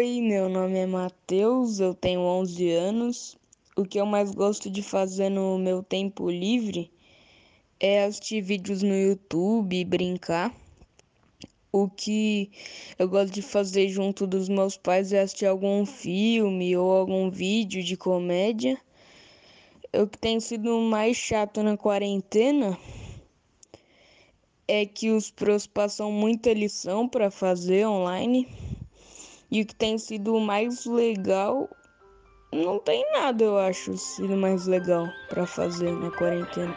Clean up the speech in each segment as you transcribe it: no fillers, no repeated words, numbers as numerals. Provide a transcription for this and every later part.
Oi, meu nome é Matheus, eu tenho 11 anos. O que eu mais gosto de fazer no meu tempo livre é assistir vídeos no YouTube e brincar. O que eu gosto de fazer junto dos meus pais é assistir algum filme ou algum vídeo de comédia. O que tem sido mais chato na quarentena é que os profs passam muita lição para fazer online. E o que tem sido mais legal, não tem nada, eu acho, sido mais legal pra fazer na quarentena.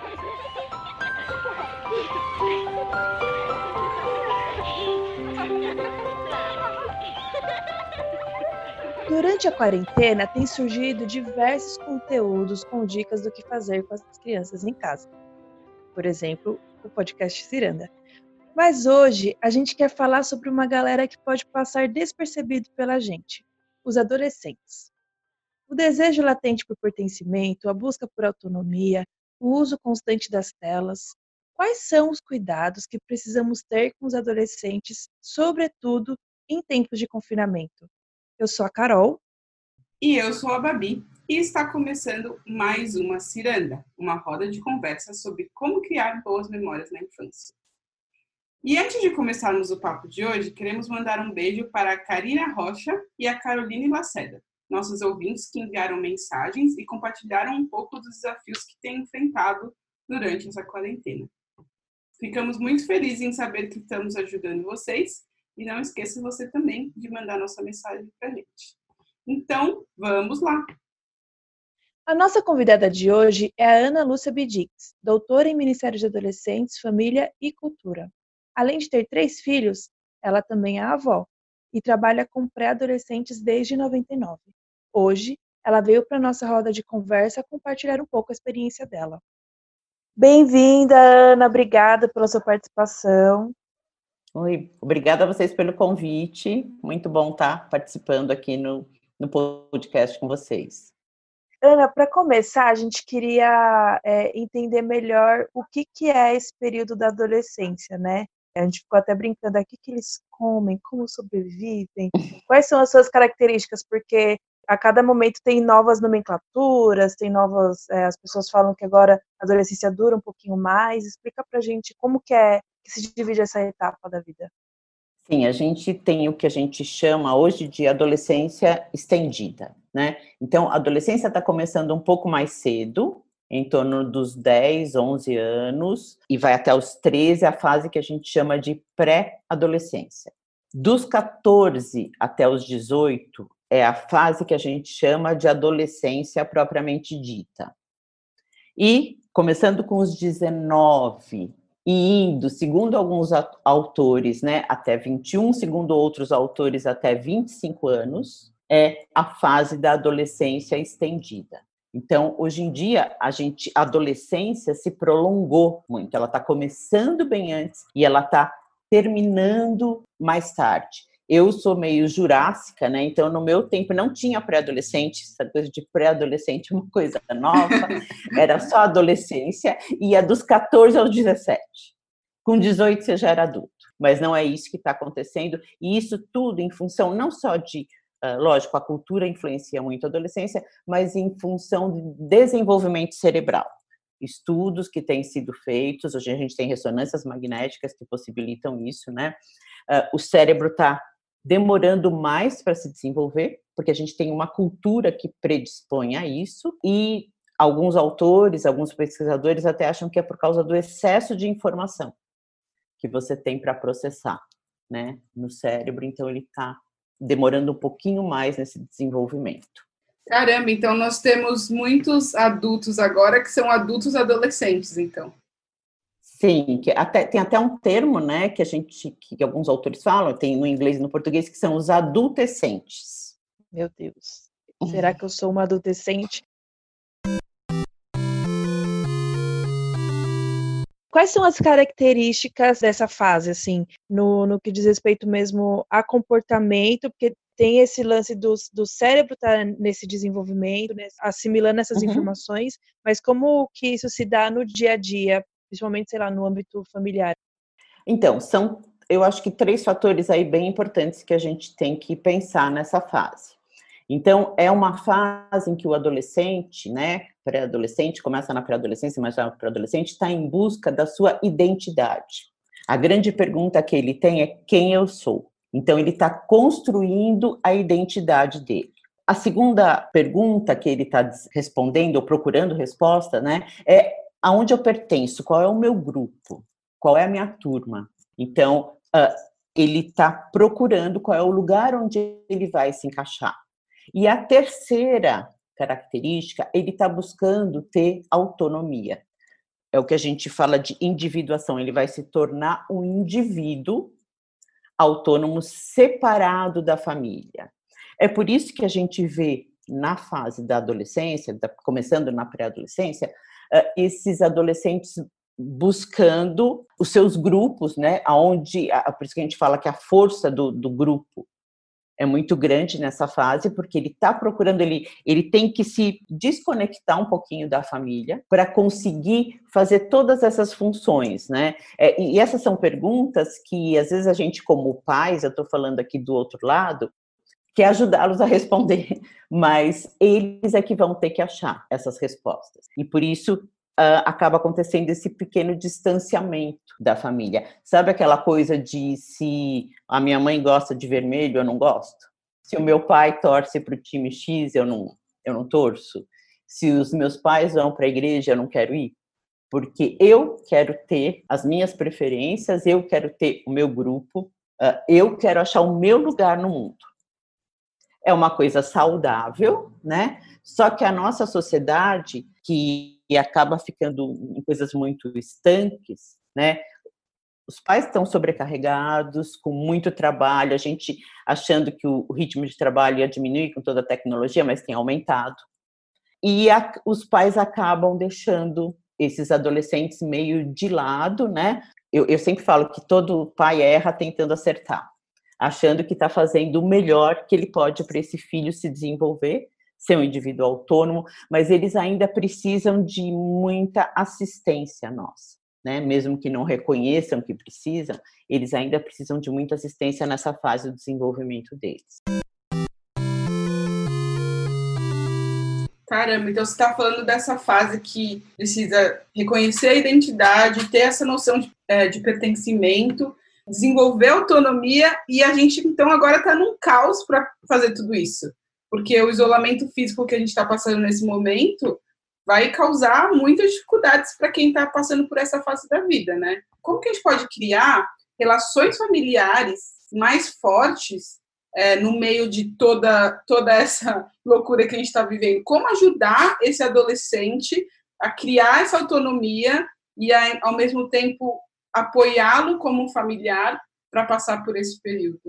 Durante a quarentena, tem surgido diversos conteúdos com dicas do que fazer com as crianças em casa. Por exemplo, o podcast Ciranda. Mas hoje, a gente quer falar sobre uma galera que pode passar despercebido pela gente, os adolescentes. O desejo latente por pertencimento, a busca por autonomia, o uso constante das telas. Quais são os cuidados que precisamos ter com os adolescentes, sobretudo em tempos de confinamento? Eu sou a Carol. E eu sou a Babi, e está começando mais uma Ciranda, uma roda de conversa sobre como criar boas memórias na infância. E antes de começarmos o papo de hoje, queremos mandar um beijo para a Karina Rocha e a Caroline Lacerda, nossos ouvintes que enviaram mensagens e compartilharam um pouco dos desafios que têm enfrentado durante essa quarentena. Ficamos muito felizes em saber que estamos ajudando vocês, e não esqueça você também de mandar nossa mensagem para a gente. Então, vamos lá! A nossa convidada de hoje é a Ana Lúcia Bidix, doutora em Ministério de Adolescentes, Família e Cultura. Além de ter 3 filhos, ela também é avó e trabalha com pré-adolescentes desde 99. Hoje, ela veio para a nossa roda de conversa compartilhar um pouco a experiência dela. Bem-vinda, Ana, obrigada pela sua participação. Oi, obrigada a vocês pelo convite, muito bom estar participando aqui no podcast com vocês. Ana, para começar, a gente queria entender melhor o que é esse período da adolescência, né? A gente ficou até brincando aqui, o que eles comem, como sobrevivem, quais são as suas características, porque a cada momento tem novas nomenclaturas, tem novas, as pessoas falam que agora a adolescência dura um pouquinho mais. Explica pra gente como que se divide essa etapa da vida. Sim, a gente tem o que a gente chama hoje de adolescência estendida, né? Então, a adolescência está começando um pouco mais cedo, em torno dos 10, 11 anos, e vai até os 13, a fase que a gente chama de pré-adolescência. Dos 14 até os 18, é a fase que a gente chama de adolescência propriamente dita. E, começando com os 19 e indo, segundo alguns autores, né, até 21, segundo outros autores, até 25 anos, é a fase da adolescência estendida. Então, hoje em dia, a adolescência se prolongou muito. Ela está começando bem antes e ela está terminando mais tarde. Eu sou meio jurássica, né? Então, no meu tempo, não tinha pré-adolescente, essa coisa de pré-adolescente é uma coisa nova, era só adolescência, e a dos 14 aos 17. Com 18 você já era adulto, mas não é isso que está acontecendo, e isso tudo em função não só de, lógico, a cultura influencia muito a adolescência, mas em função de desenvolvimento cerebral. Estudos que têm sido feitos, hoje a gente tem ressonâncias magnéticas que possibilitam isso, né? O cérebro está demorando mais para se desenvolver, porque a gente tem uma cultura que predispõe a isso, e alguns autores, alguns pesquisadores até acham que é por causa do excesso de informação que você tem para processar, né, no cérebro, então ele está demorando um pouquinho mais nesse desenvolvimento. Caramba, então nós temos muitos adultos agora que são adultos adolescentes, então. Sim, tem até um termo, né, que alguns autores falam, tem no inglês e no português, que são os adultescentes. Meu Deus, será que eu sou uma adolescente? Quais são as características dessa fase, assim, no que diz respeito mesmo a comportamento, porque tem esse lance do cérebro estar nesse desenvolvimento, né, assimilando essas informações, mas como que isso se dá no dia a dia, principalmente, sei lá, no âmbito familiar? Então, eu acho que 3 fatores aí bem importantes que a gente tem que pensar nessa fase. Então, é uma fase em que o adolescente, né, pré-adolescente, começa na pré-adolescência, mas já o pré-adolescente está em busca da sua identidade. A grande pergunta que ele tem é quem eu sou. Então, ele está construindo a identidade dele. A segunda pergunta que ele está respondendo, ou procurando resposta, né, é aonde eu pertenço, qual é o meu grupo, qual é a minha turma. Então, ele está procurando qual é o lugar onde ele vai se encaixar. E a terceira característica, ele está buscando ter autonomia. É o que a gente fala de individuação, ele vai se tornar um indivíduo autônomo, separado da família. É por isso que a gente vê na fase da adolescência, começando na pré-adolescência, esses adolescentes buscando os seus grupos, né? Por isso que a gente fala que a força do grupo é muito grande nessa fase, porque ele está procurando, ele tem que se desconectar um pouquinho da família para conseguir fazer todas essas funções, né? E essas são perguntas que, às vezes, a gente, como pais, eu estou falando aqui do outro lado, quer ajudá-los a responder, mas eles é que vão ter que achar essas respostas. E, por isso, acaba acontecendo esse pequeno distanciamento da família. Sabe aquela coisa de se a minha mãe gosta de vermelho, eu não gosto? Se o meu pai torce para o time X, eu não torço? Se os meus pais vão para a igreja, eu não quero ir? Porque eu quero ter as minhas preferências, eu quero ter o meu grupo, eu quero achar o meu lugar no mundo. É uma coisa saudável, né? Só que a nossa sociedade, que acaba ficando em coisas muito estanques, né? Os pais estão sobrecarregados, com muito trabalho, a gente achando que o ritmo de trabalho ia diminuir com toda a tecnologia, mas tem aumentado. E os pais acabam deixando esses adolescentes meio de lado, né? Eu sempre falo que todo pai erra tentando acertar, achando que está fazendo o melhor que ele pode para esse filho se desenvolver, ser um indivíduo autônomo, mas eles ainda precisam de muita assistência nossa, né? Mesmo que não reconheçam que precisam, eles ainda precisam de muita assistência nessa fase do desenvolvimento deles. Caramba, então você está falando dessa fase que precisa reconhecer a identidade, ter essa noção de pertencimento, desenvolver autonomia, e a gente, então, agora está num caos para fazer tudo isso. Porque o isolamento físico que a gente está passando nesse momento vai causar muitas dificuldades para quem está passando por essa fase da vida, né? Como que a gente pode criar relações familiares mais fortes no meio de toda essa loucura que a gente está vivendo? Como ajudar esse adolescente a criar essa autonomia e, ao mesmo tempo, apoiá-lo como um familiar para passar por esse período?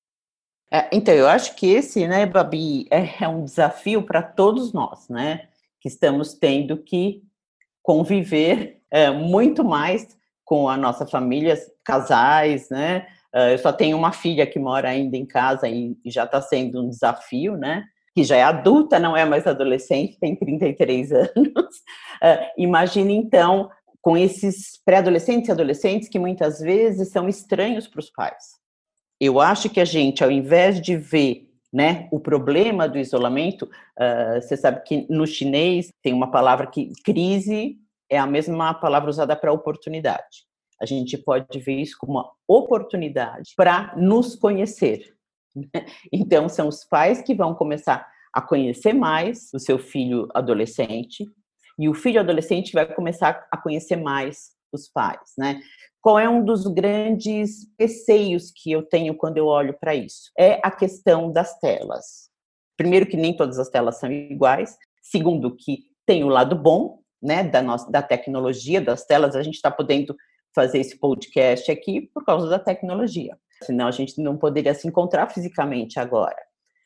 Então, eu acho que esse, né, Babi, é um desafio para todos nós, né, que estamos tendo que conviver muito mais com a nossa família, casais, né? Eu só tenho uma filha que mora ainda em casa e já está sendo um desafio, né? Que já é adulta, não é mais adolescente, tem 33 anos. Imagine, então, com esses pré-adolescentes e adolescentes que muitas vezes são estranhos para os pais. Eu acho que a gente, ao invés de ver, né, o problema do isolamento, você sabe que no chinês tem uma palavra que crise é a mesma palavra usada para oportunidade. A gente pode ver isso como uma oportunidade para nos conhecer. Então, são os pais que vão começar a conhecer mais o seu filho adolescente, e o filho adolescente vai começar a conhecer mais os pais, né? Qual é um dos grandes receios que eu tenho quando eu olho para isso? É a questão das telas. Primeiro, que nem todas as telas são iguais. Segundo, que tem o lado bom, né, da tecnologia, das telas. A gente está podendo fazer esse podcast aqui por causa da tecnologia. Senão a gente não poderia se encontrar fisicamente agora.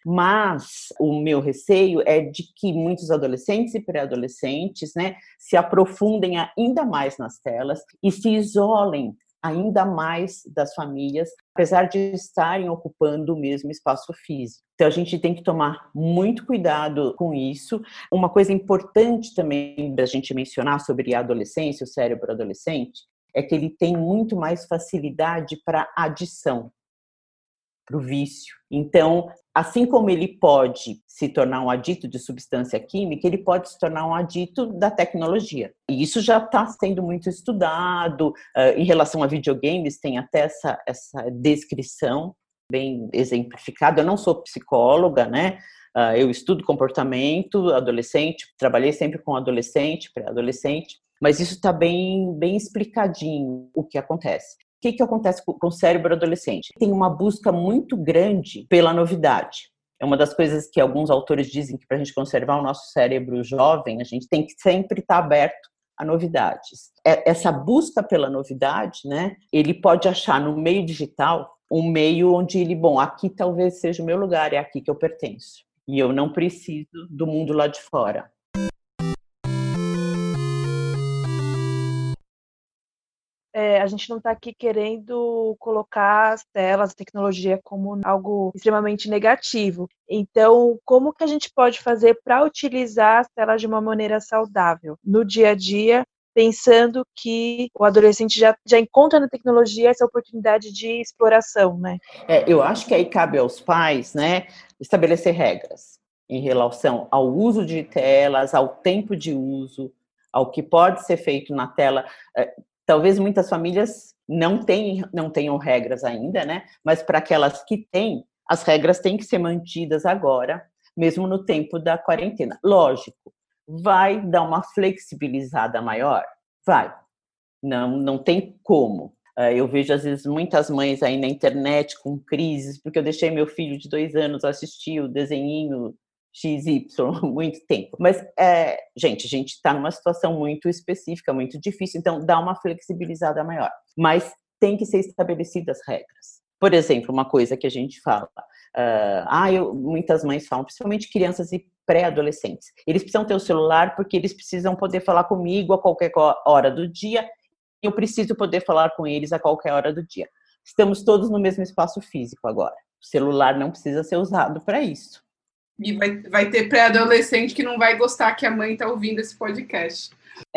Mas o meu receio é de que muitos adolescentes e pré-adolescentes, né, se aprofundem ainda mais nas telas e se isolem ainda mais das famílias, apesar de estarem ocupando o mesmo espaço físico. Então, a gente tem que tomar muito cuidado com isso. Uma coisa importante também da gente mencionar sobre a adolescência, o cérebro adolescente, é que ele tem muito mais facilidade para adição, para o vício. Então, assim como ele pode se tornar um adito de substância química, ele pode se tornar um adito da tecnologia. E isso já está sendo muito estudado. Em relação a videogames, tem até essa descrição bem exemplificada. Eu não sou psicóloga, né? Eu estudo comportamento adolescente, trabalhei sempre com adolescente, pré-adolescente, mas isso está bem explicadinho o que acontece. O que acontece com o cérebro adolescente? Tem uma busca muito grande pela novidade. É uma das coisas que alguns autores dizem que para a gente conservar o nosso cérebro jovem, a gente tem que sempre estar aberto a novidades. Essa busca pela novidade, né? Ele pode achar no meio digital um meio onde ele, aqui talvez seja o meu lugar, é aqui que eu pertenço. E eu não preciso do mundo lá de fora. A gente não está aqui querendo colocar as telas, a tecnologia como algo extremamente negativo. Então, como que a gente pode fazer para utilizar as telas de uma maneira saudável no dia a dia, pensando que o adolescente já encontra na tecnologia essa oportunidade de exploração, né? Eu acho que aí cabe aos pais, né, estabelecer regras em relação ao uso de telas, ao tempo de uso, ao que pode ser feito na tela. Talvez muitas famílias não tenham regras ainda, né? Mas para aquelas que têm, as regras têm que ser mantidas agora, mesmo no tempo da quarentena. Lógico, vai dar uma flexibilizada maior? Vai. Não tem como. Eu vejo, às vezes, muitas mães aí na internet com crises, porque eu deixei meu filho de 2 anos assistir o desenhinho XY muito tempo. Mas, gente, a gente está numa situação muito específica, muito difícil, então dá uma flexibilizada maior. Mas tem que ser estabelecidas regras. Por exemplo, uma coisa que a gente fala, muitas mães falam, principalmente crianças e pré-adolescentes, eles precisam ter o celular porque eles precisam poder falar comigo a qualquer hora do dia, e eu preciso poder falar com eles a qualquer hora do dia. Estamos todos no mesmo espaço físico agora. O celular não precisa ser usado para isso. E vai ter pré-adolescente que não vai gostar que a mãe está ouvindo esse podcast.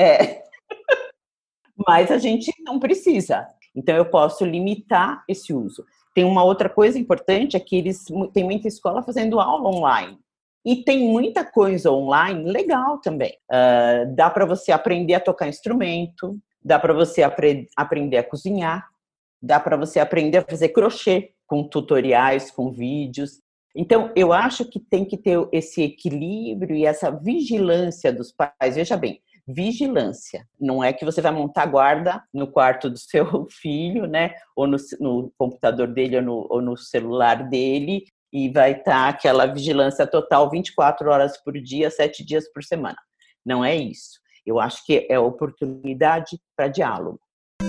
Mas a gente não precisa. Então, eu posso limitar esse uso. Tem uma outra coisa importante, é que tem muita escola fazendo aula online. E tem muita coisa online legal também. Dá para você aprender a tocar instrumento, dá para você aprender a cozinhar, dá para você aprender a fazer crochê com tutoriais, com vídeos. Então, eu acho que tem que ter esse equilíbrio e essa vigilância dos pais. Veja bem, vigilância. Não é que você vai montar guarda no quarto do seu filho, né? Ou no computador dele ou no celular dele, e vai estar aquela vigilância total 24 horas por dia, 7 dias por semana. Não é isso. Eu acho que é oportunidade para diálogo.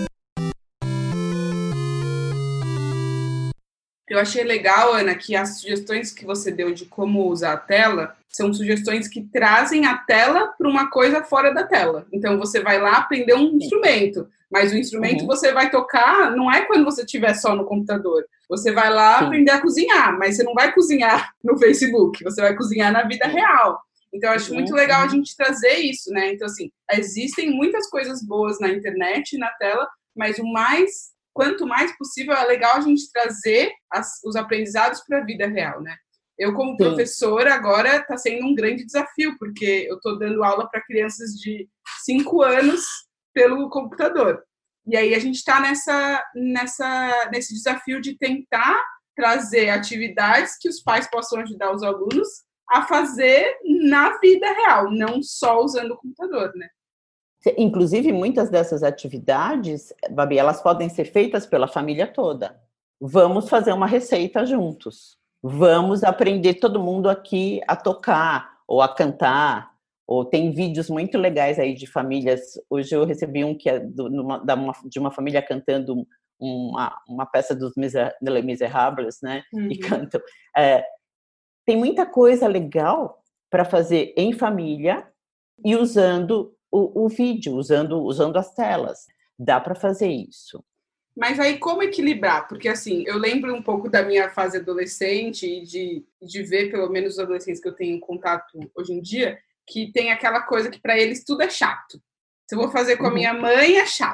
Eu achei legal, Ana, que as sugestões que você deu de como usar a tela são sugestões que trazem a tela para uma coisa fora da tela. Então, você vai lá aprender um instrumento, mas o instrumento você vai tocar não é quando você estiver só no computador. Você vai lá aprender a cozinhar, mas você não vai cozinhar no Facebook, você vai cozinhar na vida real. Então, eu acho muito legal a gente trazer isso, né? Então, assim, existem muitas coisas boas na internet e na tela, mas quanto mais possível, é legal a gente trazer os aprendizados para a vida real, né? Eu, como professora, agora está sendo um grande desafio, porque eu estou dando aula para crianças de 5 anos pelo computador. E aí a gente está nesse desafio de tentar trazer atividades que os pais possam ajudar os alunos a fazer na vida real, não só usando o computador, né? Inclusive, muitas dessas atividades, Babi, elas podem ser feitas pela família toda. Vamos fazer uma receita juntos. Vamos aprender todo mundo aqui a tocar ou a cantar. Ou tem vídeos muito legais aí de famílias. Hoje eu recebi um que é de uma família cantando uma peça dos Les Miserables, né? E cantam. Tem muita coisa legal para fazer em família e usando o vídeo, usando as telas. Dá para fazer isso. Mas aí como equilibrar? Porque assim, eu lembro um pouco da minha fase adolescente e de ver, pelo menos os adolescentes que eu tenho contato hoje em dia, que tem aquela coisa que para eles tudo é chato. Se eu vou fazer com a minha mãe, é chato.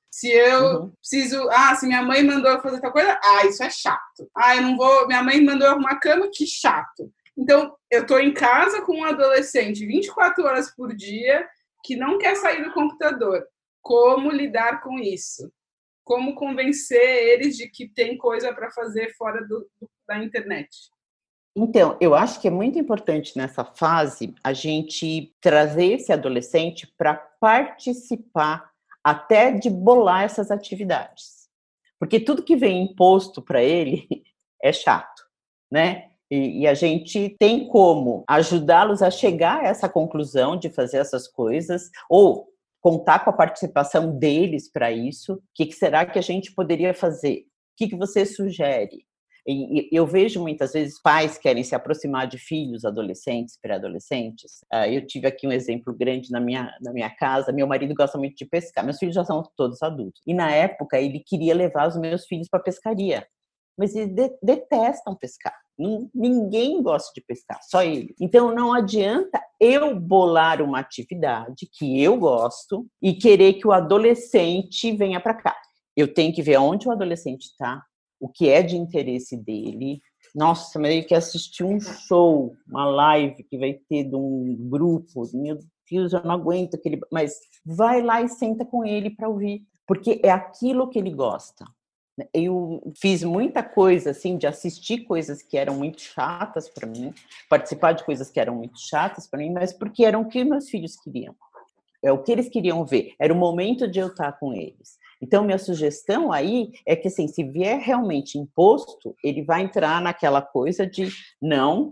Se eu preciso... se minha mãe mandou eu fazer tal coisa, isso é chato. Eu não vou... Minha mãe mandou eu arrumar a cama, que chato. Então, eu tô em casa com um adolescente 24 horas por dia que não quer sair do computador. Como lidar com isso? Como convencer eles de que tem coisa para fazer fora da internet? Então, eu acho que é muito importante nessa fase a gente trazer esse adolescente para participar até de bolar essas atividades. Porque tudo que vem imposto para ele é chato, né? E a gente tem como ajudá-los a chegar a essa conclusão de fazer essas coisas, ou contar com a participação deles para isso. O que será que a gente poderia fazer? O que você sugere? E eu vejo muitas vezes pais querem se aproximar de filhos, adolescentes, pré-adolescentes. Eu tive aqui um exemplo grande na minha casa. Meu marido gosta muito de pescar. Meus filhos já são todos adultos. E na época ele queria levar os meus filhos para pescaria. Mas eles detestam pescar. Ninguém gosta de pescar, só ele. Então não adianta eu bolar uma atividade que eu gosto e querer que o adolescente venha para cá. Eu tenho que ver onde o adolescente está, o que é de interesse dele. Nossa, mas ele quer assistir um show, uma live que vai ter de um grupo. Meu Deus, eu não aguento aquele... Mas vai lá e senta com ele para ouvir, porque é aquilo que ele gosta. Eu fiz muita coisa, assim, de assistir coisas que eram muito chatas para mim, participar de coisas que eram muito chatas para mim, mas porque eram o que meus filhos queriam. É o que eles queriam ver, era o momento de eu estar com eles. Então, minha sugestão aí é que, assim, se vier realmente imposto, ele vai entrar naquela coisa de não,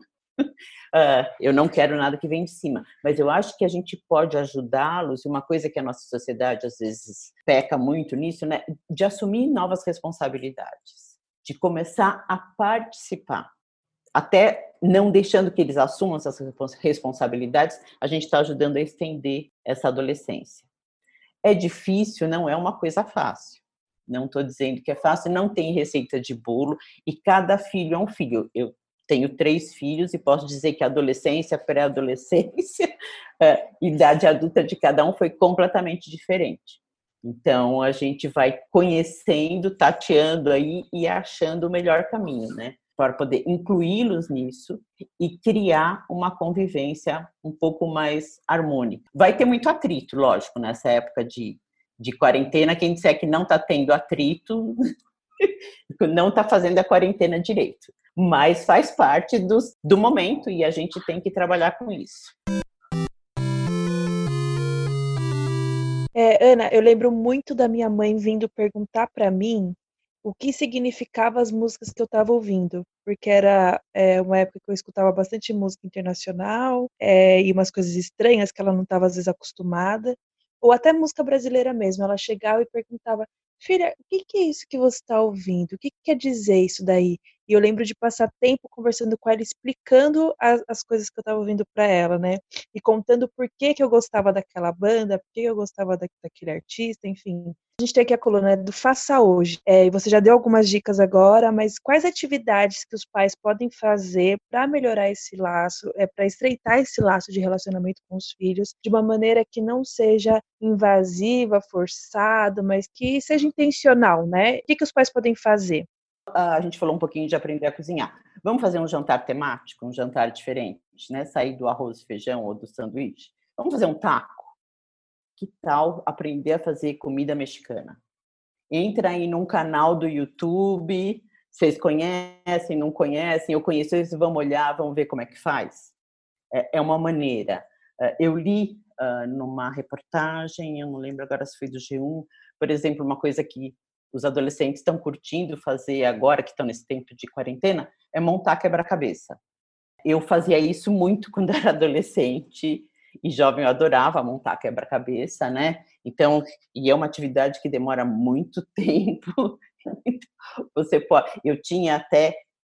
eu não quero nada que vem de cima. Mas eu acho que a gente pode ajudá-los, e uma coisa que a nossa sociedade, às vezes, peca muito nisso, né, de assumir novas responsabilidades, de começar a participar. Até não deixando que eles assumam essas responsabilidades, a gente está ajudando a estender essa adolescência. É difícil, não é uma coisa fácil. Não estou dizendo que é fácil, não tem receita de bolo, e cada filho é um filho. Eu tenho 3 filhos e posso dizer que a adolescência, pré-adolescência, idade adulta de cada um foi completamente diferente. Então, a gente vai conhecendo, tateando aí e achando o melhor caminho, né? Para poder incluí-los nisso e criar uma convivência um pouco mais harmônica. Vai ter muito atrito, lógico, nessa época de quarentena. Quem disser que não está tendo atrito, não está fazendo a quarentena direito. Mas faz parte do momento e a gente tem que trabalhar com isso. Ana, eu lembro muito da minha mãe vindo perguntar para mim o que significava as músicas que eu estava ouvindo, porque era uma época que eu escutava bastante música internacional e umas coisas estranhas que ela não estava às vezes acostumada, ou até música brasileira mesmo. Ela chegava e perguntava: filha, o que é isso que você está ouvindo? O que quer dizer isso daí? E eu lembro de passar tempo conversando com ela, explicando as coisas que eu estava ouvindo para ela, né? E contando por que eu gostava daquela banda, por que eu gostava daquele artista, enfim. A gente tem aqui a coluna do Faça Hoje. E você já deu algumas dicas agora, mas quais atividades que os pais podem fazer para melhorar esse laço, para estreitar esse laço de relacionamento com os filhos, de uma maneira que não seja invasiva, forçada, mas que seja intencional, né? O que os pais podem fazer? A gente falou um pouquinho de aprender a cozinhar. Vamos fazer um jantar temático, um jantar diferente, né? Sair do arroz e feijão ou do sanduíche. Vamos fazer um taco? Que tal aprender a fazer comida mexicana? Entra aí num canal do YouTube, vocês conhecem, não conhecem? Eu conheço, eles vão olhar, vão ver como é que faz. É uma maneira. Eu li numa reportagem, eu não lembro agora se foi do G1, por exemplo, uma coisa que os adolescentes estão curtindo fazer agora, que estão nesse tempo de quarentena, é montar quebra-cabeça. Eu fazia isso muito quando era adolescente e jovem, eu adorava montar quebra-cabeça, né? Então, e é uma atividade que demora muito tempo. Você pode, eu tinha até,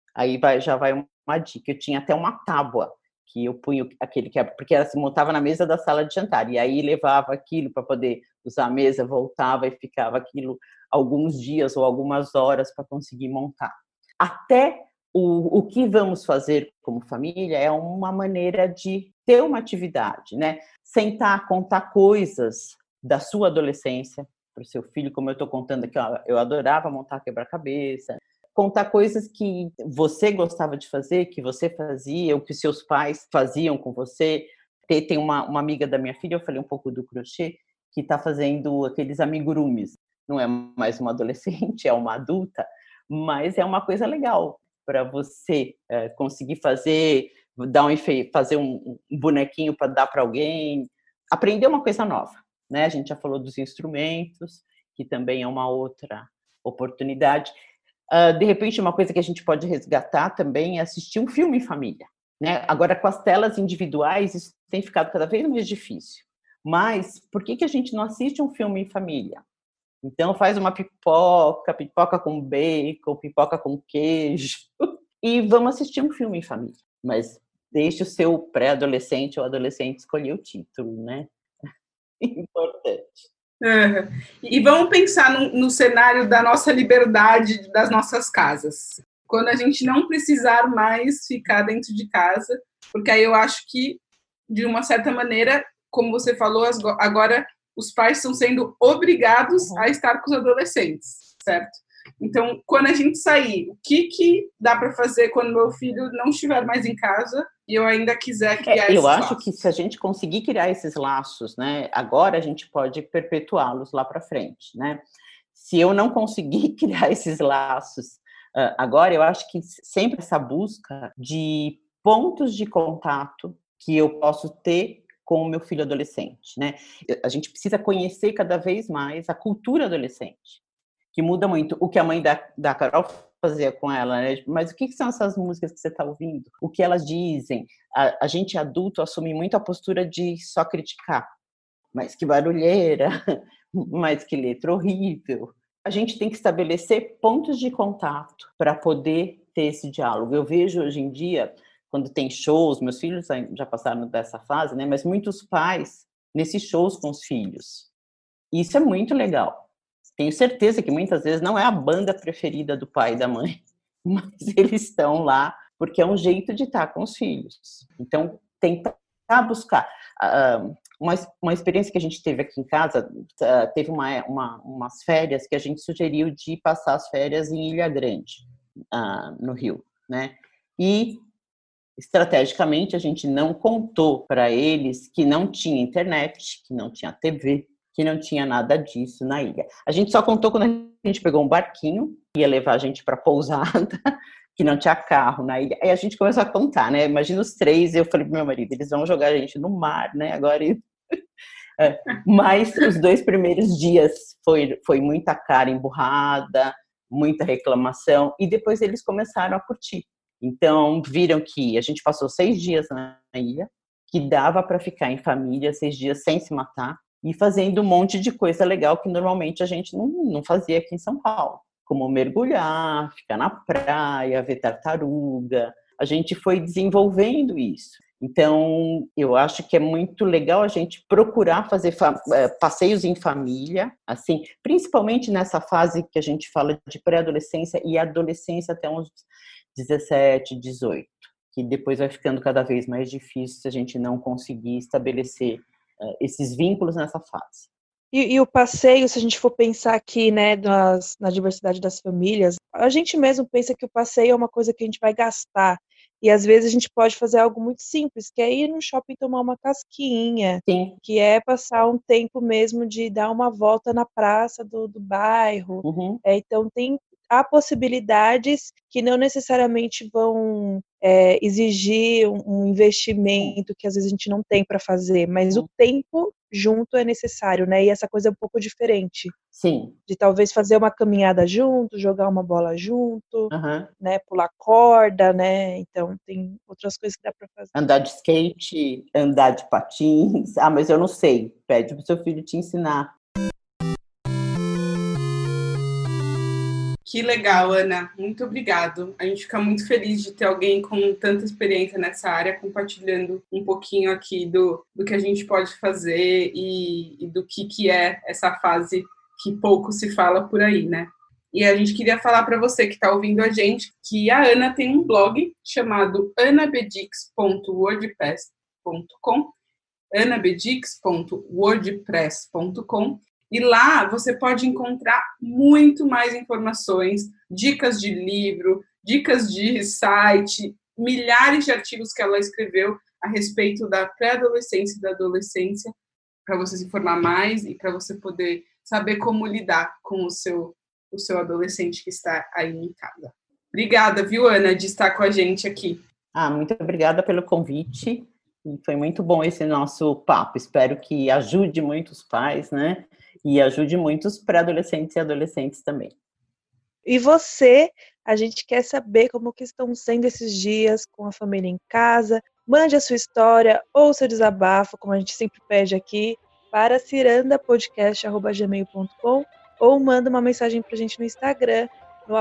já vai uma dica, eu tinha até uma tábua que eu punho aquele quebra, porque ela se montava na mesa da sala de jantar, e aí levava aquilo para poder usar a mesa, voltava e ficava aquilo alguns dias ou algumas horas para conseguir montar. Até o que vamos fazer como família é uma maneira de ter uma atividade, né? Sentar, contar coisas da sua adolescência, para o seu filho, como eu estou contando aqui, ó, eu adorava montar quebra-cabeça, contar coisas que você gostava de fazer, que você fazia, ou que seus pais faziam com você. Tem uma amiga da minha filha, eu falei um pouco do crochê, que está fazendo aqueles amigurumis. Não é mais uma adolescente, é uma adulta, mas é uma coisa legal para você conseguir fazer, fazer um bonequinho para dar para alguém, aprender uma coisa nova, né? A gente já falou dos instrumentos, que também é uma outra oportunidade. De repente, uma coisa que a gente pode resgatar também é assistir um filme em família, né? Agora, com as telas individuais, isso tem ficado cada vez mais difícil. Mas por que a gente não assiste um filme em família? Então, faz uma pipoca com bacon, pipoca com queijo, e vamos assistir um filme em família. Mas deixe o seu pré-adolescente ou adolescente escolher o título, né? Importante. Uhum. E vamos pensar no cenário da nossa liberdade, das nossas casas. Quando a gente não precisar mais ficar dentro de casa, porque aí eu acho que, de uma certa maneira, como você falou, agora os pais estão sendo obrigados a estar com os adolescentes, certo? Então, quando a gente sair, o que dá para fazer quando meu filho não estiver mais em casa e eu ainda quiser criar esses laços? Eu acho que se a gente conseguir criar esses laços, né, agora a gente pode perpetuá-los lá para frente, né? Se eu não conseguir criar esses laços agora, eu acho que sempre essa busca de pontos de contato que eu posso ter com o meu filho adolescente, né? A gente precisa conhecer cada vez mais a cultura adolescente, que muda muito. O que a mãe da Carol fazia com ela, né? Mas o que são essas músicas que você está ouvindo? O que elas dizem? A gente adulto assume muito a postura de só criticar. Mas que barulheira, mas que letra horrível. A gente tem que estabelecer pontos de contato para poder ter esse diálogo. Eu vejo hoje em dia, quando tem shows, meus filhos já passaram dessa fase, né? Mas muitos pais nesses shows com os filhos. Isso é muito legal. Tenho certeza que muitas vezes não é a banda preferida do pai e da mãe, mas eles estão lá porque é um jeito de estar com os filhos. Então, tentar buscar. Uma experiência que a gente teve aqui em casa, teve umas férias que a gente sugeriu de passar as férias em Ilha Grande, no Rio, né? E, estrategicamente, a gente não contou para eles que não tinha internet, que não tinha TV, que não tinha nada disso na ilha. A gente só contou quando a gente pegou um barquinho, ia levar a gente para pousada, que não tinha carro na ilha. Aí a gente começou a contar, né? Imagina os três, eu falei pro meu marido, eles vão jogar a gente no mar, né? Agora... Mas os 2 primeiros dias foi muita cara emburrada, muita reclamação, e depois eles começaram a curtir. Então, viram que a gente passou 6 dias na ilha, que dava para ficar em família 6 dias sem se matar, e fazendo um monte de coisa legal que normalmente a gente não fazia aqui em São Paulo, como mergulhar, ficar na praia, ver tartaruga. A gente foi desenvolvendo isso. Então, eu acho que é muito legal a gente procurar fazer passeios em família, assim, principalmente nessa fase que a gente fala de pré-adolescência e adolescência até uns 17, 18, que depois vai ficando cada vez mais difícil se a gente não conseguir estabelecer esses vínculos nessa fase. E o passeio, se a gente for pensar aqui, né, na diversidade das famílias, a gente mesmo pensa que o passeio é uma coisa que a gente vai gastar. E às vezes a gente pode fazer algo muito simples, que é ir no shopping tomar uma casquinha, Sim. Que é passar um tempo mesmo de dar uma volta na praça do bairro. Uhum. Então há possibilidades que não necessariamente vão exigir um investimento que às vezes a gente não tem para fazer, mas o tempo junto é necessário, né? E essa coisa é um pouco diferente. Sim. De talvez fazer uma caminhada junto, jogar uma bola junto, Uhum. né? Pular corda, né? Então tem outras coisas que dá para fazer. Andar de skate, andar de patins. Mas eu não sei. Pede pro seu filho te ensinar. Que legal, Ana. Muito obrigado. A gente fica muito feliz de ter alguém com tanta experiência nessa área, compartilhando um pouquinho aqui do que a gente pode fazer e do que é essa fase que pouco se fala por aí, né? E a gente queria falar para você que está ouvindo a gente que a Ana tem um blog chamado anabedix.wordpress.com, anabedix.wordpress.com, E lá você pode encontrar muito mais informações, dicas de livro, dicas de site, milhares de artigos que ela escreveu a respeito da pré-adolescência e da adolescência, para você se informar mais e para você poder saber como lidar com o seu adolescente que está aí em casa. Obrigada, viu, Ana, de estar com a gente aqui. Muito obrigada pelo convite. E foi muito bom esse nosso papo. Espero que ajude muitos pais, né? E ajude muitos pré-adolescentes e adolescentes também. E você, a gente quer saber como que estão sendo esses dias com a família em casa. Mande a sua história ou seu desabafo, como a gente sempre pede aqui, para cirandapodcast@gmail.com ou manda uma mensagem para a gente no Instagram, no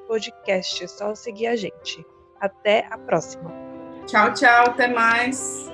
@cirandapodcast. É só seguir a gente. Até a próxima. Tchau, tchau. Até mais.